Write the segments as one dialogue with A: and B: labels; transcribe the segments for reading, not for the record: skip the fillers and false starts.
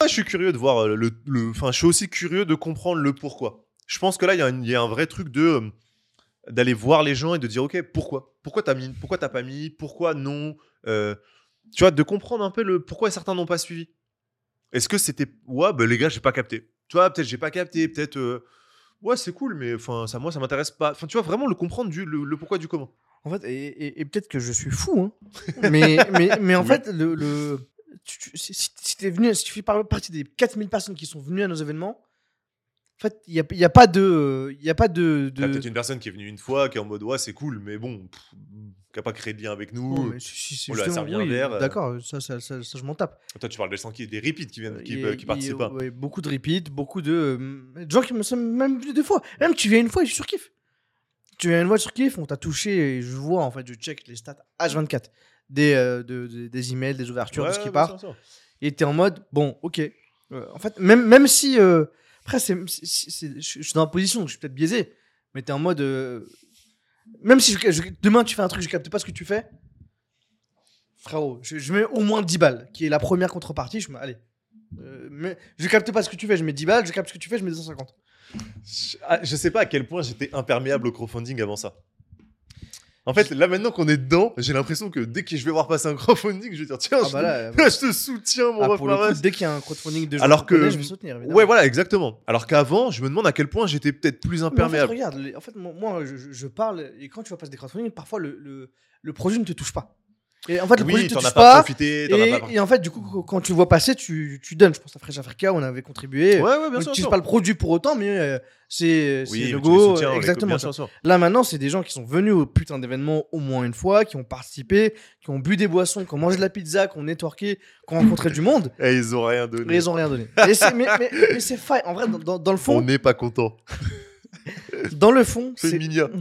A: je suis curieux de voir enfin, je suis aussi curieux de comprendre le pourquoi. Je pense que là, il y a un vrai truc d'aller voir les gens et de dire, ok, pourquoi t'as pas mis, pourquoi non, tu vois, de comprendre un peu le pourquoi certains n'ont pas suivi. Est-ce que c'était, ouais, bah, les gars, j'ai pas capté. Tu vois, peut-être j'ai pas capté, peut-être, ouais, c'est cool, mais enfin, moi, ça m'intéresse pas. Enfin, tu vois, vraiment le comprendre le pourquoi du comment.
B: En fait, et peut-être que je suis fou, hein. mais en
A: Oui.
B: fait, si tu fais partie des 4000 personnes qui sont venues à nos événements, en fait, il y a pas de.
A: Il y a peut-être une personne qui est venue une fois, qui est en mode, ouais, c'est cool, mais bon, qui a pas créé de lien avec nous.
B: Non, mais si, c'est
A: on lui a
B: justement,
A: servi un
B: oui,
A: verre.
B: d'accord, ça, je m'en tape.
A: Toi, tu parles des repeats qui viennent, qui participent pas.
B: Ouais, beaucoup de repeats, beaucoup de gens qui me sont même venus 2 fois. Même tu viens une fois et je surkiffe. Tu viens une fois, je surkiffe, on t'a touché et je vois, en fait, je check les stats H24 des emails, des ouvertures, de ce qui part. Et t'es en mode, bon, ok. En fait, même si. Après, je suis dans la position, donc je suis peut-être biaisé. Mais t'es en mode. Même si demain tu fais un truc, je capte pas ce que tu fais. Frérot, je mets au moins 10 balles, qui est la première contrepartie. Allez. Mais je capte pas ce que tu fais, je mets 10 balles. Je capte ce que tu fais, je mets 250.
A: Je sais pas à quel point j'étais imperméable au crowdfunding avant ça. En fait, là maintenant qu'on est dedans, j'ai l'impression que dès que je vais voir passer un crowdfunding, je vais dire tiens, je te soutiens mon ref.
B: Pour le coup, dès qu'il y a un crowdfunding de gens
A: alors que
B: je vais soutenir, évidemment.
A: Ouais, voilà, exactement. Alors qu'avant, je me demande à quel point j'étais peut-être plus imperméable.
B: Mais en fait, regarde, moi je parle et quand tu vas passer des crowdfunding, parfois le projet ne te touche pas. Et en fait, le projet ne te touche pas. Et en fait, du coup, quand tu le vois passer, tu donnes. Je pense à Fresh Africa, on avait contribué.
A: Ouais, bien sûr.
B: Tu n'utilises pas le produit pour autant, mais c'est le
A: go.
B: Exactement. Là, maintenant, c'est des gens qui sont venus au putain d'événement au moins une fois, qui ont participé, qui ont bu des boissons, qui ont mangé de la pizza, qui ont networké, qui ont rencontré du monde.
A: Et ils ont rien donné.
B: mais c'est fine. En vrai, dans le fond.
A: On n'est pas content.
B: Dans le fond,
A: c'est mignon.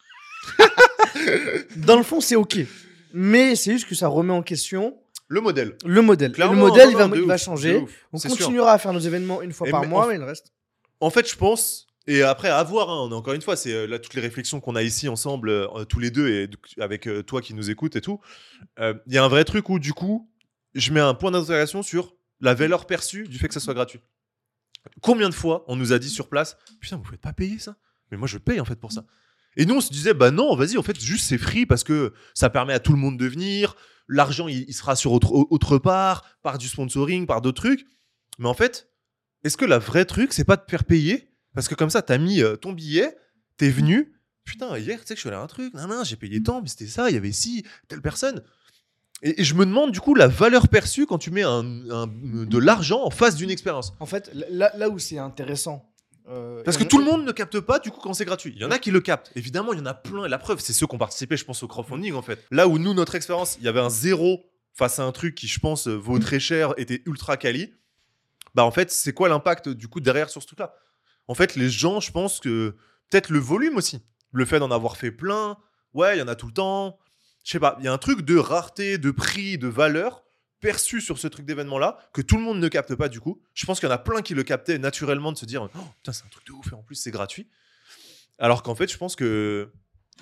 B: Dans le fond, c'est ok. Mais c'est juste que ça remet en question
A: le modèle.
B: Clairement, le modèle, il va changer. On continuera à faire nos événements une fois par mois, mais le reste.
A: En fait, je pense, et après, à voir, hein, encore une fois, c'est là toutes les réflexions qu'on a ici ensemble, tous les deux, et avec toi qui nous écoutes et tout. Il y a un vrai truc où, du coup, je mets un point d'interrogation sur la valeur perçue du fait que ça soit gratuit. Combien de fois on nous a dit sur place, putain, vous ne pouvez pas payer ça? Mais moi, je paye en fait pour ça. Et nous, on se disait, bah non, vas-y, en fait, juste c'est free parce que ça permet à tout le monde de venir. L'argent, il sera sur autre part, par du sponsoring, par d'autres trucs. Mais en fait, est-ce que la vraie truc, c'est pas de faire payer? Parce que comme ça, t'as mis ton billet, t'es venu. Putain, hier, tu sais que je suis allé à un truc, j'ai payé tant, mais c'était ça, il y avait telle personne. Et je me demande, du coup, la valeur perçue quand tu mets de l'argent en face d'une expérience.
B: En fait, là où c'est intéressant.
A: Parce que tout le monde ne capte pas du coup quand c'est gratuit. Il y en a qui le captent. Évidemment, il y en a plein. Et la preuve, c'est ceux qui ont participé, je pense, au crowdfunding en fait. Là où nous, notre expérience, il y avait un 0 face à un truc qui, je pense, vaut très cher, était ultra quali. Bah en fait, c'est quoi l'impact du coup derrière sur ce truc-là? En fait, les gens, je pense que peut-être le volume aussi. Le fait d'en avoir fait plein. Ouais, il y en a tout le temps. Je sais pas. Il y a un truc de rareté, de prix, de valeur perçu sur ce truc d'événement-là, que tout le monde ne capte pas du coup. Je pense qu'il y en a plein qui le captaient naturellement de se dire « Oh, putain, c'est un truc de ouf et en plus, c'est gratuit. » Alors qu'en fait, je pense que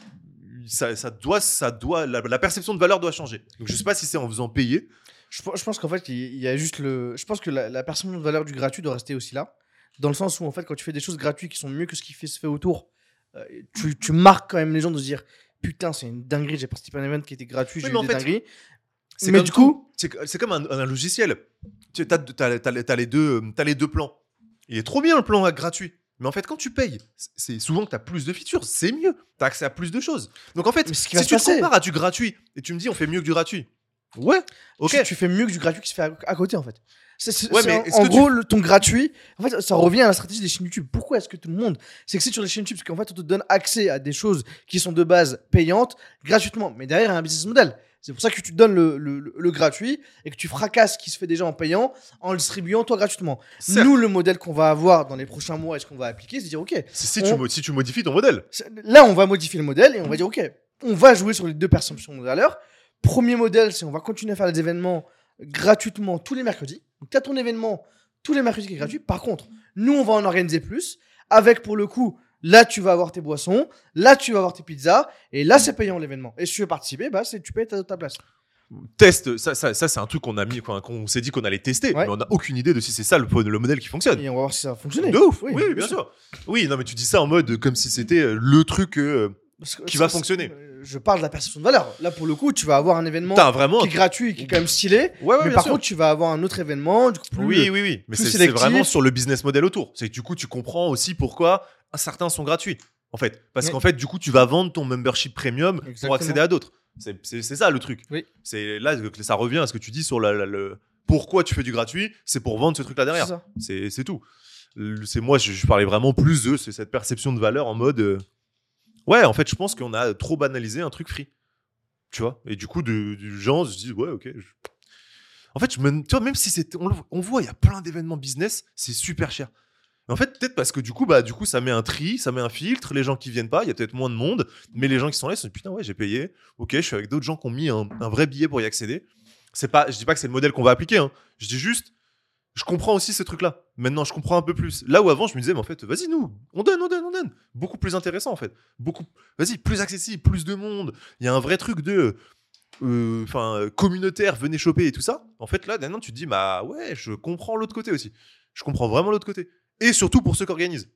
A: la perception de valeur doit changer. Donc, je sais pas si c'est en faisant payer.
B: Je pense qu'en fait, il y a juste je pense que la perception de valeur du gratuit doit rester aussi là. Dans le sens où, en fait, quand tu fais des choses gratuites qui sont mieux que ce qui se fait autour, tu marques quand même les gens de se dire « Putain, c'est une dinguerie, j'ai participé à un event qui était gratuit, j'ai eu des dingueries. »
A: Mais du coup, c'est comme un logiciel. Tu as les deux plans. Il est trop bien le plan gratuit. Mais en fait, quand tu payes, c'est souvent que tu as plus de features. C'est mieux. Tu as accès à plus de choses. Donc en fait, si tu te compares à du gratuit et tu me dis on fait mieux que du gratuit. Ouais, ok.
B: Tu fais mieux que du gratuit qui se fait à côté en fait. En gros, ton gratuit, en fait, ça revient à la stratégie des chaînes YouTube. Pourquoi est-ce que tout le monde. C'est que c'est sur les chaînes YouTube, parce qu'en fait, on te donne accès à des choses qui sont de base payantes gratuitement. Mais derrière, il y a un business model. C'est pour ça que tu te donnes le gratuit et que tu fracasses ce qui se fait déjà en payant en le distribuant toi gratuitement. Certes. Nous, le modèle qu'on va avoir dans les prochains mois et ce qu'on va appliquer, c'est dire ok.
A: Si tu modifies ton modèle.
B: Là, on va modifier le modèle et on va dire ok, on va jouer sur les deux perceptions de valeur. Premier modèle, c'est on va continuer à faire des événements gratuitement tous les mercredis. Donc, tu as ton événement tous les mercredis qui est gratuit. Par contre, nous, on va en organiser plus avec pour le coup. Là, tu vas avoir tes boissons. Là, tu vas avoir tes pizzas. Et là, c'est payant l'événement. Et si tu veux participer, tu payes ta place.
A: teste, ça c'est un truc qu'on a mis, qu'on s'est dit qu'on allait tester,
B: Ouais.
A: mais on n'a aucune idée de si c'est ça le modèle qui fonctionne.
B: Et on va voir si ça va fonctionner.
A: De ouf,
B: Oui,
A: oui, bien sûr. Oui, non, mais tu dis ça en mode comme si c'était le truc qui va fonctionner.
B: Je parle de la perception de valeur. Là, pour le coup, tu vas avoir un événement
A: T'as vraiment.
B: qui est gratuit, qui est quand même stylé.
A: Ouais,
B: mais
A: bien
B: par
A: sûr.
B: contre, tu vas avoir un autre événement, du coup, plus.
A: Oui. Mais
B: plus
A: c'est
B: sélectif.
A: vraiment sur le business model autour. C'est que du coup, tu comprends aussi pourquoi certains sont gratuits. En fait, parce
B: Ouais.
A: qu'en fait, du coup, tu vas vendre ton membership premium
B: Exactement.
A: pour accéder à d'autres. C'est ça le truc.
B: Oui.
A: C'est là que ça revient à ce que tu dis sur le pourquoi tu fais du gratuit. C'est pour vendre ce truc-là derrière.
B: C'est ça.
A: C'est tout. C'est moi, je parlais vraiment plus de cette perception de valeur en mode. Ouais, en fait, je pense qu'on a trop banalisé un truc free. Tu vois. Et du coup, du gens se disent ouais, ok. En fait, tu vois, même si on voit, il y a plein d'événements business, c'est super cher. En fait, peut-être parce que du coup, ça met un tri, ça met un filtre. Les gens qui viennent pas, il y a peut-être moins de monde. Mais les gens qui sont là, ils se disent putain, ouais, j'ai payé. Ok, je suis avec d'autres gens qui ont mis un vrai billet pour y accéder. Je dis pas que c'est le modèle qu'on va appliquer. Hein. Je dis juste, je comprends aussi ce truc-là. Maintenant, je comprends un peu plus. Là où avant, je me disais, mais en fait, vas-y, nous, on donne. Beaucoup plus intéressant, en fait. Vas-y, plus accessible, plus de monde. Il y a un vrai truc de. Communautaire, venez choper et tout ça. En fait, là, maintenant, tu te dis, bah ouais, je comprends l'autre côté aussi. Je comprends vraiment l'autre côté. Et surtout pour ceux qui organisent.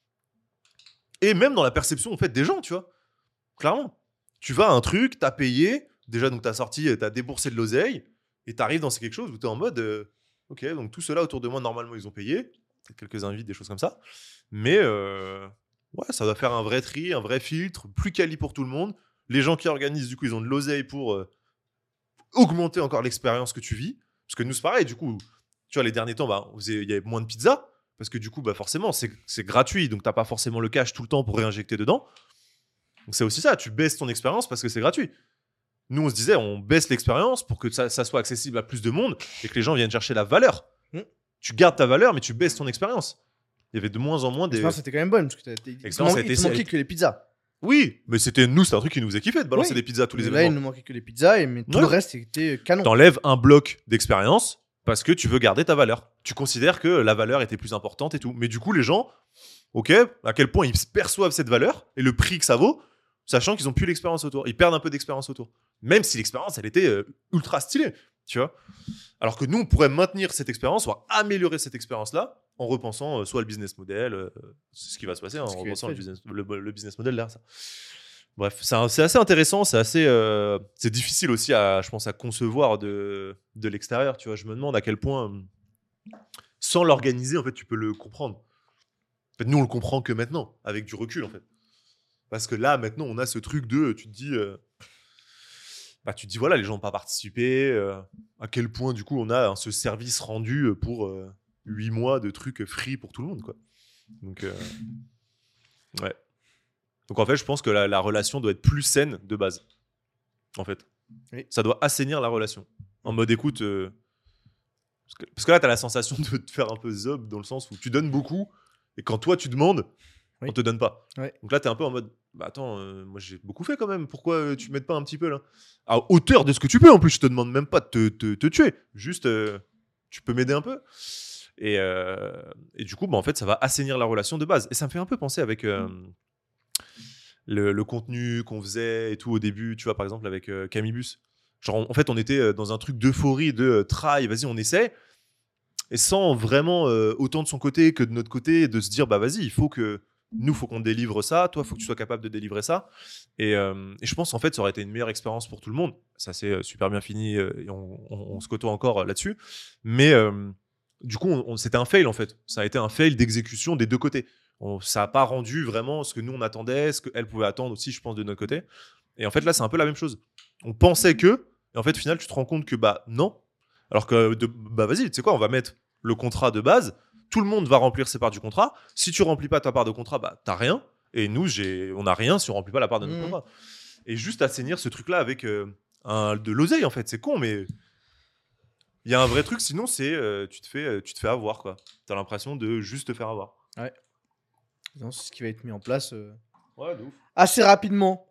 A: Et même dans la perception, en fait, des gens, tu vois. Clairement. Tu vas à un truc, t'as payé. Déjà, donc, t'as sorti, t'as déboursé de l'oseille. Et t'arrives dans quelque chose où t'es en mode, ok, donc tout cela autour de moi, normalement, ils ont payé. Quelques invites, des choses comme ça. Mais, ouais, ça doit faire un vrai tri, un vrai filtre, plus quali pour tout le monde. Les gens qui organisent, du coup, ils ont de l'oseille pour augmenter encore l'expérience que tu vis. Parce que nous, c'est pareil, du coup, tu vois, les derniers temps, il y avait moins de pizza. Parce que du coup, forcément, c'est gratuit. Donc, t'as pas forcément le cash tout le temps pour réinjecter dedans. Donc, c'est aussi ça. Tu baisses ton expérience parce que c'est gratuit. Nous, on se disait, on baisse l'expérience pour que ça soit accessible à plus de monde et que les gens viennent chercher la valeur. Tu gardes ta valeur, mais tu baisses ton expérience. Il y avait de moins en moins des.
B: L'expérience était quand même bonne. Parce que il te manquait que les pizzas.
A: Oui, mais c'était un truc qui nous faisait kiffer de balancer des pizzas à tous les événements.
B: Là, il nous manquait que les pizzas, mais tout le reste était canon.
A: T'enlèves un bloc d'expérience parce que tu veux garder ta valeur. Tu considères que la valeur était plus importante et tout. Mais du coup, les gens, ok, à quel point ils perçoivent cette valeur et le prix que ça vaut, sachant qu'ils ont plus l'expérience autour. Ils perdent un peu d'expérience autour. Même si l'expérience, elle était ultra stylée, tu vois. Alors que nous, on pourrait maintenir cette expérience, voire améliorer cette expérience-là, en repensant soit le business model, c'est ce qui va se passer, en repensant le business model derrière ça. Bref, c'est assez intéressant, c'est difficile aussi, je pense, à concevoir de l'extérieur, tu vois. Je me demande à quel point, sans l'organiser, en fait, tu peux le comprendre. En fait, nous, on le comprend que maintenant, avec du recul, en fait. Parce que là, maintenant, on a ce truc de, tu te dis, voilà, les gens n'ont pas participé, à quel point, du coup, on a ce service rendu pour 8 mois de trucs free pour tout le monde, quoi. Donc, ouais. Donc, en fait, je pense que la relation doit être plus saine de base. En fait.
B: Oui.
A: Ça doit assainir la relation. En mode, écoute, parce que là, tu as la sensation de te faire un peu zob dans le sens où tu donnes beaucoup et quand toi, tu demandes, on te donne pas.
B: Ouais.
A: Donc là, tu es un peu en mode, attends, moi, j'ai beaucoup fait quand même. Pourquoi tu m'aides pas un petit peu là? À hauteur de ce que tu peux, en plus, je te demande même pas de te tuer. Juste, tu peux m'aider un peu. Et du coup, en fait, ça va assainir la relation de base. Et ça me fait un peu penser avec le contenu qu'on faisait et tout au début, tu vois, par exemple, avec Camibus. Genre, en fait, on était dans un truc d'euphorie, de try, vas-y, on essaie. Et sans vraiment autant de son côté que de notre côté, de se dire, vas-y, faut qu'on délivre ça, toi, il faut que tu sois capable de délivrer ça. Et je pense, en fait, ça aurait été une meilleure expérience pour tout le monde. Ça s'est super bien fini et on se côtoie encore là-dessus. Mais du coup, c'était un fail, en fait. Ça a été un fail d'exécution des deux côtés. Ça n'a pas rendu vraiment ce que nous, on attendait, ce qu'elle pouvait attendre aussi, je pense, de notre côté. Et en fait, là, c'est un peu la même chose. On pensait que, et en fait, au final, tu te rends compte que, non. Alors que, vas-y, tu sais quoi, on va mettre le contrat de base. Tout le monde va remplir ses parts du contrat. Si tu remplis pas ta part de contrat, t'as rien. Et nous, on n'a rien si on remplit pas la part de notre contrat. Et juste assainir ce truc-là avec de l'oseille, en fait. C'est con, mais il y a un vrai truc. Sinon, c'est tu te fais avoir, quoi. T'as l'impression de juste te faire avoir.
B: Ouais. C'est ce qui va être mis en place
A: ouais, de ouf.
B: assez rapidement.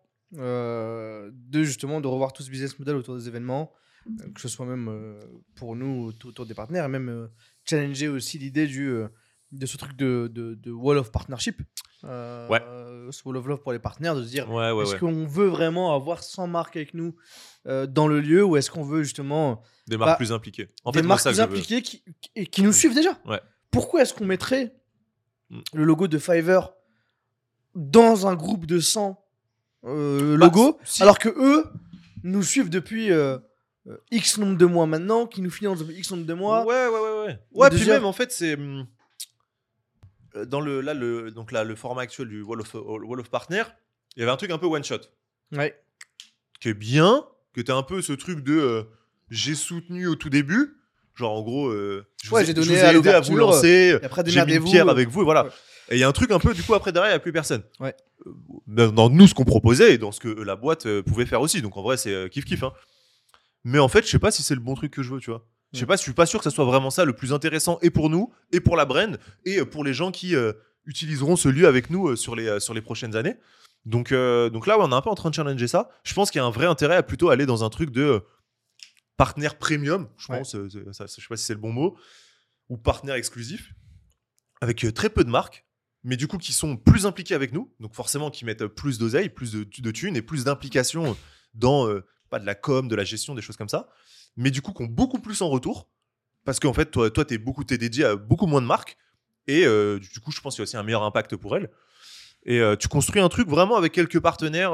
B: De revoir tout ce business model autour des événements. Que ce soit même pour nous autour des partenaires. Et même challenger aussi l'idée du... ce truc de wall of partnership. Ce wall of love pour les partenaires, de se dire est-ce qu'on veut vraiment avoir 100 marques avec nous dans le lieu, ou est-ce qu'on veut justement
A: des marques plus impliquées. En
B: des
A: fait,
B: marques plus impliquées qui nous suivent déjà.
A: Ouais.
B: Pourquoi est-ce qu'on mettrait le logo de Fiverr dans un groupe de 100 logos, alors que eux nous suivent depuis X nombre de mois maintenant, qui nous financent depuis X nombre de mois.
A: Ouais, puis même en fait, c'est dans le format actuel du Wall of Partner, il y avait un truc un peu one shot.
B: Ouais.
A: Qui est bien, que t'as un peu ce truc de j'ai soutenu au tout début, genre en gros je vous ai aidé à vous lancer, j'ai mis une pierre avec vous, et voilà. Ouais. Et il y a un truc un peu, du coup, après, derrière, il n'y a plus personne.
B: Ouais.
A: Dans nous, ce qu'on proposait et dans ce que la boîte pouvait faire aussi. Donc, en vrai, c'est kiff-kiff. Hein. Mais en fait, je sais pas si c'est le bon truc que je veux, tu vois. Je sais pas, je suis pas sûr que ça soit vraiment ça le plus intéressant, et pour nous, et pour la brand, et pour les gens qui utiliseront ce lieu avec nous sur les prochaines années. Donc là, on est un peu en train de challenger ça. Je pense qu'il y a un vrai intérêt à plutôt aller dans un truc de partenaire premium, je pense. Je sais pas si c'est le bon mot. Ou partenaire exclusif. Avec très peu de marques, mais du coup qui sont plus impliqués avec nous, donc forcément qui mettent plus d'oseille, plus de thunes et plus d'implication dans pas de la com, de la gestion, des choses comme ça, mais du coup qui ont beaucoup plus en retour, parce qu'en fait toi t'es dédié à beaucoup moins de marques, et du coup je pense qu'il y a aussi un meilleur impact pour elles, et tu construis un truc vraiment avec quelques partenaires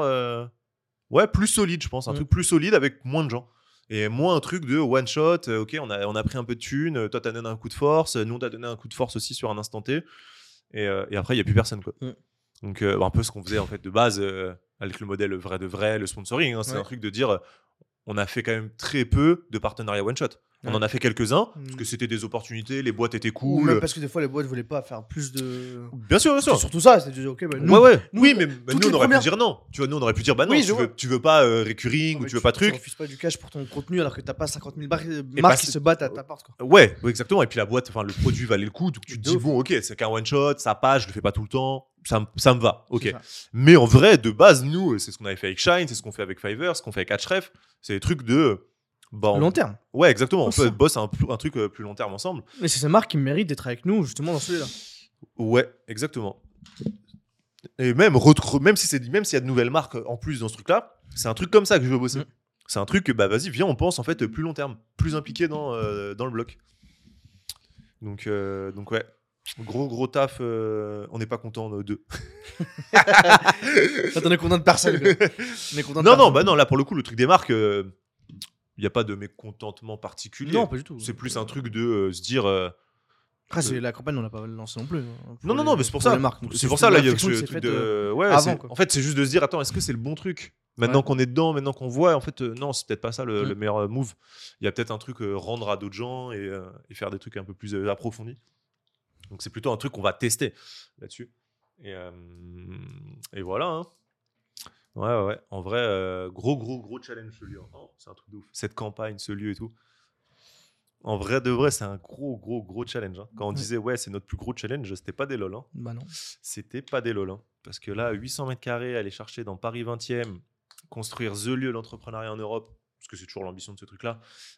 A: plus solides, je pense, un truc plus solide avec moins de gens. Et moins un truc de one shot, ok, on a pris un peu de thunes, toi t'as donné un coup de force, nous on t'a donné un coup de force aussi sur un instant T, et après il n'y a plus personne, quoi. Donc un peu ce qu'on faisait en fait de base avec le modèle vrai de vrai, le sponsoring, hein, c'est un truc de dire on a fait quand même très peu de partenariats one shot. On en a fait quelques-uns, parce que c'était des opportunités, les boîtes étaient cool.
B: Ou même parce que des fois les boîtes voulaient pas faire plus de.
A: Bien sûr.
B: C'est surtout ça, c'est de dire ok, bah, nous,
A: oui, mais nous on aurait pu dire non. Tu vois, nous on aurait pu dire bah non, tu veux pas recurring, ou tu veux pas truc.
B: Tu refuses pas du cash pour ton contenu alors que t'as pas 50 000 marques qui se battent à ta porte, quoi.
A: Ouais, exactement. Et puis la boîte, enfin le produit valait le coup, donc tu te dis bon, ok, c'est qu'un one shot, ça passe, je le fais pas tout le temps, ça me va, ok. Mais en vrai, de base, nous, c'est ce qu'on avait fait avec Shine, c'est ce qu'on fait avec Fiverr, ce qu'on fait avec Ahrefs, c'est des trucs de
B: long terme.
A: Ouais, exactement. On peut bosser un truc plus long terme ensemble.
B: Mais c'est ces marques qui méritent d'être avec nous justement dans celui-là.
A: Ouais, exactement. Et même s'il y a de nouvelles marques en plus dans ce truc-là, c'est un truc comme ça que je veux bosser. C'est un truc que vas-y, viens, on pense en fait plus long terme, plus impliqué dans le bloc. Donc ouais, gros taf. On n'est pas content d'eux.
B: On est content de personne.
A: Non, là pour le coup, le truc des marques. Il n'y a pas de mécontentement particulier.
B: Non, pas du tout.
A: C'est plus un truc de se dire.
B: Après, la campagne, on l'a pas lancée non plus. Hein,
A: non, mais c'est pour ça. C'est pour ça, là, il y a ce truc de. Ouais,
B: avant,
A: en fait, c'est juste de se dire attends, est-ce que c'est le bon truc ? Maintenant qu'on est dedans, maintenant qu'on voit, en fait, non, c'est peut-être pas ça le meilleur move. Il y a peut-être un truc rendre à d'autres gens et faire des trucs un peu plus approfondis. Donc, c'est plutôt un truc qu'on va tester là-dessus. Et voilà, hein. Ouais. En vrai, gros challenge ce lieu. Oh, c'est un truc de ouf. Cette campagne, ce lieu et tout. En vrai de vrai, c'est un gros challenge. Hein. Quand on disait c'est notre plus gros challenge, c'était pas des lol. Hein.
B: Bah non.
A: C'était pas des lol. Hein. Parce que là, 800 mètres carrés, aller chercher dans Paris 20e, construire the lieu de l'entrepreneuriat en Europe, parce que c'est toujours l'ambition de ce truc-là,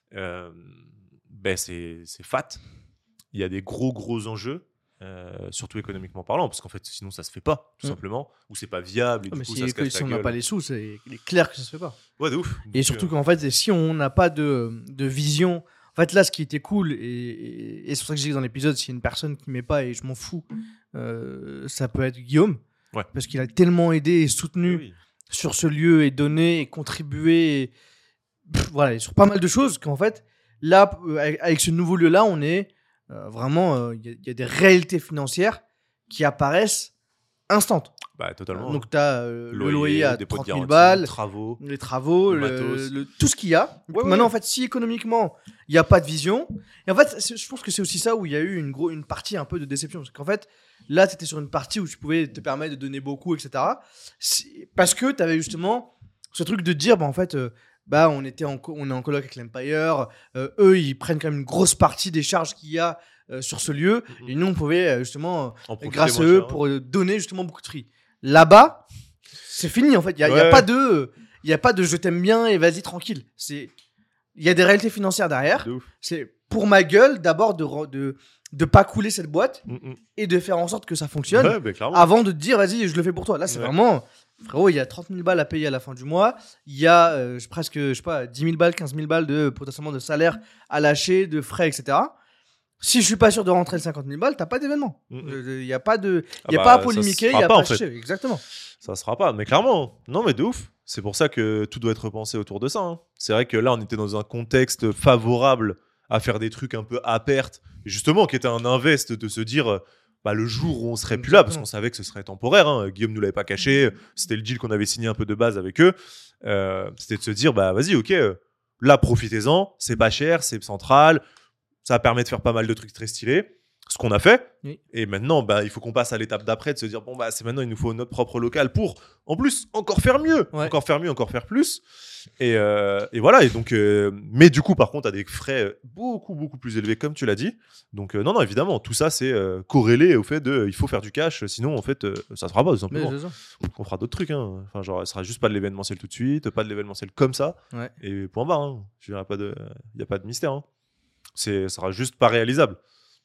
A: c'est fat. Il y a des gros enjeux. Surtout économiquement parlant, parce qu'en fait sinon ça se fait pas tout simplement, ou c'est pas viable, et du coup,
B: si on n'a pas les sous, il est clair que ça se fait pas.
A: Ouais, de ouf.
B: Et surtout qu'en fait si on n'a pas de vision, en fait là ce qui était cool, et c'est pour ça que j'ai dit dans l'épisode, s'il y a une personne qui met pas et je m'en fous, ça peut être Guillaume, parce qu'il a tellement aidé et soutenu sur ce lieu, et donné et contribué voilà, sur pas mal de choses, qu'en fait là avec ce nouveau lieu là on est vraiment, il y a des réalités financières qui apparaissent instantes.
A: Bah, totalement.
B: Donc, tu as le loyer à 30 000 balles, les travaux, tout ce qu'il y a. Maintenant, en fait, si économiquement, il n'y a pas de vision, et en fait, je pense que c'est aussi ça où il y a eu une partie un peu de déception. Parce qu'en fait, là, tu étais sur une partie où tu pouvais te permettre de donner beaucoup, etc. Parce que tu avais justement ce truc de dire, en fait, on est en coloc avec l'Empire, eux ils prennent quand même une grosse partie des charges qu'il y a sur ce lieu, et nous on pouvait justement grâce à eux pour donner justement beaucoup de prix. Là-bas c'est fini en fait, il y a pas de je t'aime bien et vas-y tranquille, il y a des réalités financières derrière, c'est pour ma gueule, d'abord de pas couler cette boîte et de faire en sorte que ça fonctionne avant de te dire vas-y, je le fais pour toi. Là, c'est vraiment frérot, il y a 30 000 balles à payer à la fin du mois. Il y a presque, je sais pas, 10 000 balles, 15 000 balles de potentiellement de salaire à lâcher, de frais, etc. Si je suis pas sûr de rentrer les 50 000 balles, t'as pas d'événement. Il y a pas à polémiquer, il y a pas à chier. Exactement.
A: Ça sera pas, mais clairement, non mais de ouf. C'est pour ça que tout doit être repensé autour de ça. Hein. C'est vrai que là, on était dans un contexte favorable à faire des trucs un peu à perte, et justement, qui était un invest de se dire, le jour où on serait plus là, parce qu'on savait que ce serait temporaire. Hein. Guillaume nous l'avait pas caché, c'était le deal qu'on avait signé un peu de base avec eux. C'était de se dire, vas-y, ok, là, profitez-en, c'est pas cher, c'est central. Ça permet de faire pas mal de trucs très stylés, ce qu'on a fait. Oui. Et maintenant, il faut qu'on passe à l'étape d'après, de se dire, c'est maintenant, il nous faut notre propre local pour, en plus, encore faire mieux. Ouais. Encore faire plus. Et voilà. Et donc, mais du coup, par contre, à des frais beaucoup, beaucoup plus élevés, comme tu l'as dit. Donc, non, évidemment, tout ça, c'est corrélé au fait de, il faut faire du cash, sinon, en fait, ça se fera pas, tout simplement. On fera d'autres trucs. Hein. Enfin, genre, ce sera juste pas de l'événementiel tout de suite, pas de l'événementiel comme ça. Ouais. Et point barre. Hein. Il n'y a pas de mystère. Hein. Ça sera juste pas réalisable.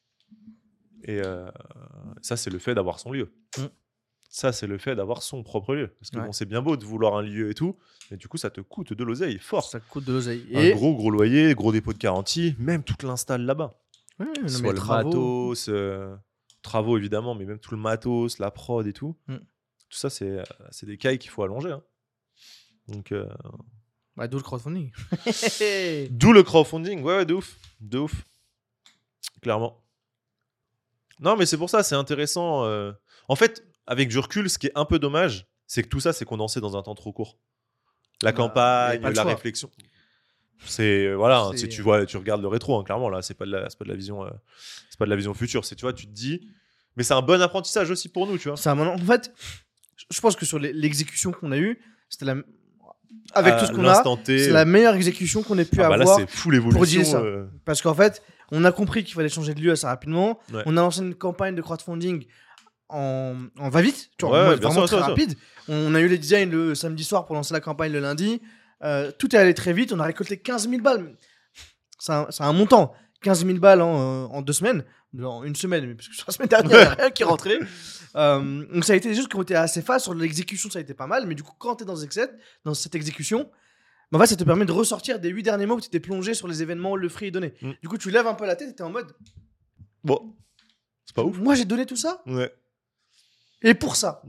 A: Et ça, c'est le fait d'avoir son lieu. Ça, c'est le fait d'avoir son propre lieu. Parce que c'est bien beau de vouloir un lieu et tout, mais du coup, ça te coûte de l'oseille, fort.
B: Ça coûte de l'oseille.
A: Un gros loyer, gros dépôt de garantie, même toute l'install là-bas. Soit le matos, travaux évidemment, mais même tout le matos, la prod et tout. Tout ça, c'est des cailles qu'il faut allonger. Hein. Donc...
B: d'où le crowdfunding.
A: D'où le crowdfunding, ouais, de ouf. Clairement. Non, mais c'est pour ça, c'est intéressant. En fait, avec du recul, ce qui est un peu dommage, c'est que tout ça, c'est condensé dans un temps trop court. La campagne, la réflexion. C'est voilà, c'est... tu regardes le rétro, hein, clairement là, c'est pas de la vision future. C'est, tu vois, tu te dis, mais c'est un bon apprentissage aussi pour nous, tu vois.
B: En fait, je pense que sur l'exécution qu'on a eue, c'était avec tout ce qu'on a, c'est la meilleure exécution qu'on ait pu avoir.
A: Là, c'est fou l'évolution.
B: Parce qu'en fait, on a compris qu'il fallait changer de lieu assez rapidement. Ouais. On a lancé une campagne de crowdfunding en va-vite, tu vois, vraiment très rapide. On a eu les designs le samedi soir pour lancer la campagne le lundi. Tout est allé très vite. On a récolté 15 000 balles. C'est un montant. 15 000 balles en 2 semaines. En une semaine, mais parce que la semaine dernière, il n'y a rien qui est rentré. Donc ça a été des choses qui ont été assez fast. Sur l'exécution, ça a été pas mal. Mais du coup, quand tu es dans cette exécution, en fait, ça te permet de ressortir des 8 derniers mois où tu étais plongé sur les événements, le free est donné. Du coup, tu lèves un peu la tête et tu es en mode...
A: Bon, c'est pas ouf.
B: Moi, j'ai donné tout ça.
A: Ouais.
B: Et pour ça.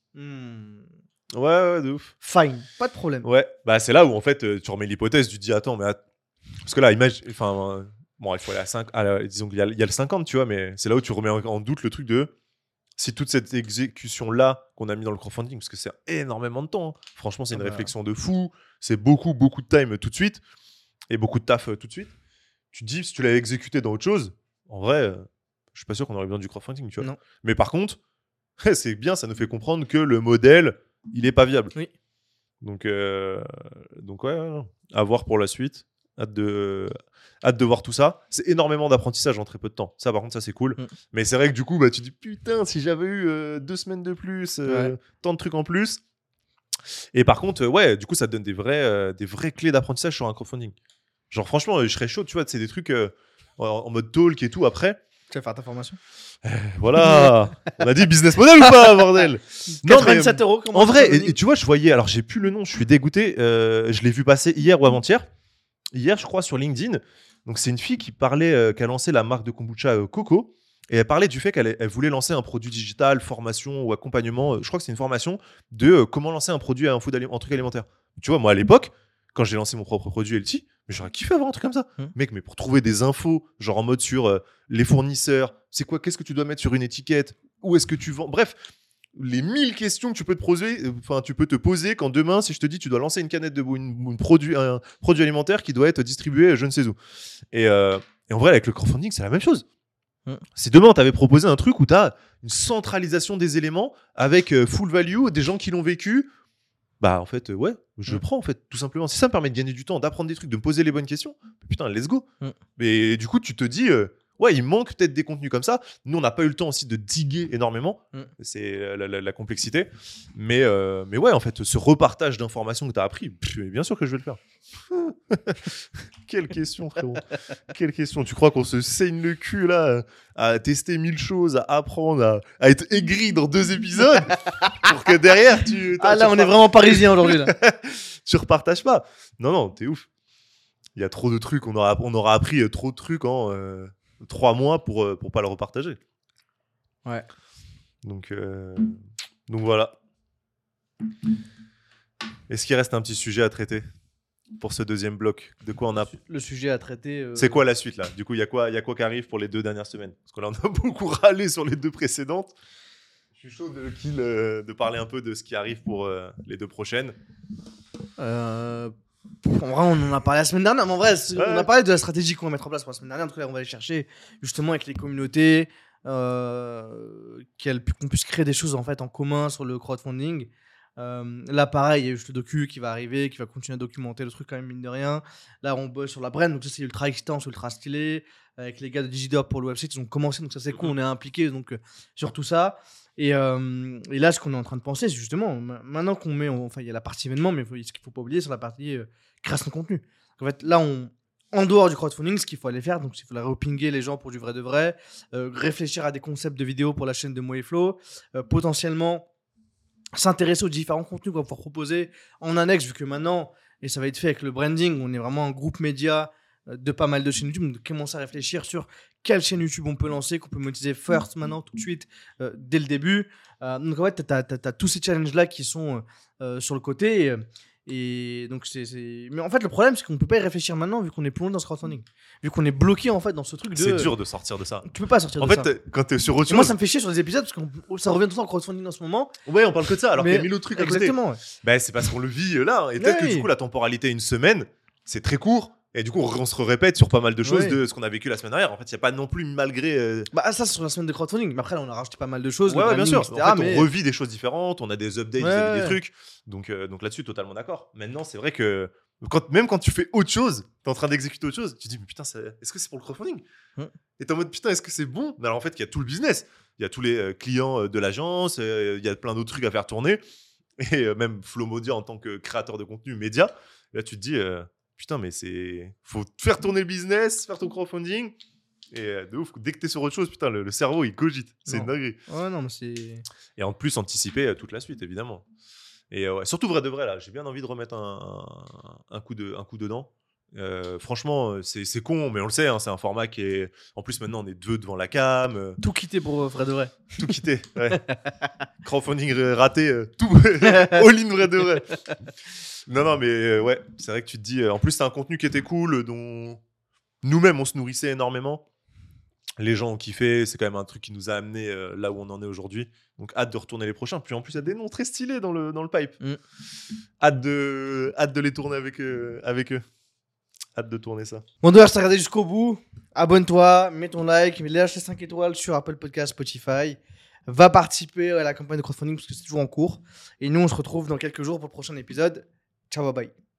A: Ouais, de ouf.
B: Fine, pas de problème.
A: Ouais, c'est là où en fait, tu remets l'hypothèse, tu te dis, attends, mais... Parce que là, imagine... Enfin, il faut aller à 5... disons qu'il y a le 50, tu vois, mais c'est là où tu remets en doute le truc de... Si toute cette exécution-là qu'on a mis dans le crowdfunding, parce que c'est énormément de temps, hein. Franchement, c'est une réflexion de fou, c'est beaucoup de time tout de suite, et beaucoup de taf tout de suite. Tu te dis, si tu l'avais exécuté dans autre chose, en vrai, je suis pas sûr qu'on aurait besoin du crowdfunding, tu vois. Non. Mais par contre, c'est bien, ça nous fait comprendre que le modèle, il est pas viable.
B: Oui.
A: Donc ouais, à voir pour la suite. Hâte de voir tout ça. C'est énormément d'apprentissage en très peu de temps. Ça, par contre, ça, c'est cool. Mais c'est vrai que du coup, tu dis, putain, si j'avais eu 2 semaines de plus, tant de trucs en plus. Et par contre, du coup, ça te donne des vraies clés d'apprentissage sur un crowdfunding. Genre, franchement, je serais chaud, tu vois, c'est des trucs en mode talk et tout après.
B: Tu vas faire ta formation.
A: Voilà. On a dit business model ou pas, bordel?
B: 87 €.
A: En vrai, et tu vois, je voyais, alors j'ai plus le nom, je suis dégoûté. Je l'ai vu passer hier ou avant-hier. Hier, je crois, sur LinkedIn. Donc, c'est une fille qui parlait, qui a lancé la marque de kombucha Coco. Et elle parlait du fait qu'elle voulait lancer un produit digital, formation ou accompagnement. Je crois que c'est une formation de comment lancer un produit, un truc alimentaire. Tu vois, moi, à l'époque, quand j'ai lancé mon propre produit LT, mais j'aurais kiffé avoir un truc comme ça. Mec, mais pour trouver des infos, genre en mode sur les fournisseurs, qu'est-ce que tu dois mettre sur une étiquette, où est-ce que tu vends, bref, les 1000 questions que tu peux te poser quand demain, si je te dis tu dois lancer une canette de un produit alimentaire qui doit être distribué je ne sais où. Et en vrai, avec le crowdfunding, c'est la même chose. Si demain, tu avais proposé un truc où tu as une centralisation des éléments avec full value, des gens qui l'ont vécu, en fait, je prends, en fait, tout simplement. Si ça me permet de gagner du temps, d'apprendre des trucs, de me poser les bonnes questions, putain, let's go. Mais du coup, tu te dis... il manque peut-être des contenus comme ça. Nous, on n'a pas eu le temps aussi de diguer énormément. C'est la complexité. Mais ouais, en fait, ce repartage d'informations que tu as appris, bien sûr que je vais le faire. Quelle question, frérot. Quelle question. Tu crois qu'on se saigne le cul, là, à tester 1000 choses, à apprendre, à être aigri dans 2 épisodes pour que derrière,
B: Ah là, on est vraiment parisien aujourd'hui, là.
A: tu repartages pas. Non, t'es ouf. Il y a trop de trucs. On aura appris trop de trucs en 3 mois pour pas le repartager.
B: Ouais.
A: Donc voilà. Est-ce qu'il reste un petit sujet à traiter pour ce deuxième bloc? De quoi on a...
B: Le sujet à traiter...
A: C'est quoi la suite, là? Du coup, il y a quoi qui arrive pour les 2 dernières semaines? Parce que là, on a beaucoup râlé sur les 2 précédentes. Je suis chaud de parler un peu de ce qui arrive pour les 2 prochaines.
B: En vrai, on en a parlé la semaine dernière, mais en vrai, on a parlé de la stratégie qu'on va mettre en place pour la semaine dernière. En tout cas, on va aller chercher justement avec les communautés, qu'on puisse créer des choses en fait en commun sur le crowdfunding. Là, pareil, il y a juste le docu qui va arriver, qui va continuer à documenter le truc quand même, mine de rien. Là, on bosse sur la brand, donc ça, c'est ultra excitant, c'est ultra stylé. Avec les gars de Digidop pour le website, ils ont commencé, donc ça, c'est cool, on est impliqués donc, sur tout ça. Et là, ce qu'on est en train de penser, c'est justement, maintenant qu'on met, enfin, il y a la partie événement, mais ce qu'il ne faut pas oublier, c'est la partie création de contenu. En fait, là, en dehors du crowdfunding, ce qu'il faut aller faire, donc il faut repinguer les gens pour du vrai de vrai, réfléchir à des concepts de vidéos pour la chaîne de Mo et Flo, potentiellement s'intéresser aux différents contenus qu'on va pouvoir proposer en annexe, vu que maintenant, et ça va être fait avec le branding, on est vraiment un groupe média de pas mal de chaînes YouTube, donc commencer à réfléchir sur quelle chaîne YouTube on peut lancer, qu'on peut monétiser first maintenant, tout de suite, dès le début. Donc en fait, tu as tous ces challenges-là qui sont sur le côté. Et donc mais en fait, le problème, c'est qu'on peut pas y réféchir maintenant, vu qu'on est plongé dans ce crowdfunding. Vu qu'on est bloqué en fait dans ce truc de.
A: C'est dur de sortir de ça.
B: Tu peux pas sortir
A: en
B: de ça.
A: En fait, quand t'es sur autre chose.
B: Moi, ça me fait chier sur les épisodes parce que ça revient tout le temps en crowdfunding en ce moment.
A: Ouais, on parle que de ça, alors qu'il y a 1000 autres trucs à côté.
B: Exactement. Ouais.
A: Bah, c'est parce qu'on le vit là. Et peut-être que du coup, la temporalité, une semaine, c'est très court. Et du coup, on se répète sur pas mal de choses de ce qu'on a vécu la semaine dernière. En fait, il n'y a pas non plus, malgré.
B: Bah, ça, c'est sur la semaine de crowdfunding. Mais après, là, on a rajouté pas mal de choses.
A: Ouais, bien sûr.
B: Etc.,
A: en fait, on revit des choses différentes. On a des updates vis-à-vis des trucs. Donc là-dessus, totalement d'accord. Maintenant, c'est vrai que même quand tu fais autre chose, t'es en train d'exécuter autre chose, tu te dis, mais putain, est-ce que c'est pour le crowdfunding Et t'es en mode, putain, est-ce que c'est bon? Mais alors, en fait, il y a tout le business. Il y a tous les clients de l'agence. Il y a plein d'autres trucs à faire tourner. Et même Flo Modia en tant que créateur de contenu média. Là, tu te dis. Putain, mais faut faire tourner le business, faire ton crowdfunding. Et de ouf, dès que t'es sur autre chose, putain, le cerveau, il cogite. C'est une dinguerie.
B: Ouais, non, mais c'est...
A: Et en plus, anticiper toute la suite, évidemment. Et surtout, vrai de vrai, là, j'ai bien envie de remettre un coup dedans. Franchement, c'est con, mais on le sait, hein, c'est un format qui est... En plus, maintenant, on est 2 devant la cam.
B: Tout quitter pour vrai de vrai.
A: Tout quitter, ouais. Crowdfunding raté, tout all-in vrai de vrai. Non, mais ouais, c'est vrai que tu te dis... en plus, c'est un contenu qui était cool, dont nous-mêmes, on se nourrissait énormément. Les gens ont kiffé, c'est quand même un truc qui nous a amené là où on en est aujourd'hui. Donc, hâte de retourner les prochains. Puis en plus, il y a des noms très stylés dans le pipe. Hâte de les tourner avec eux. Hâte de tourner ça.
B: Bon, d'ailleurs, si t'as regardé jusqu'au bout, abonne-toi, mets ton like, lâche les 5 étoiles sur Apple Podcast, Spotify. Va participer à la campagne de crowdfunding parce que c'est toujours en cours. Et nous, on se retrouve dans quelques jours pour le prochain épisode. Ciao, bye bye.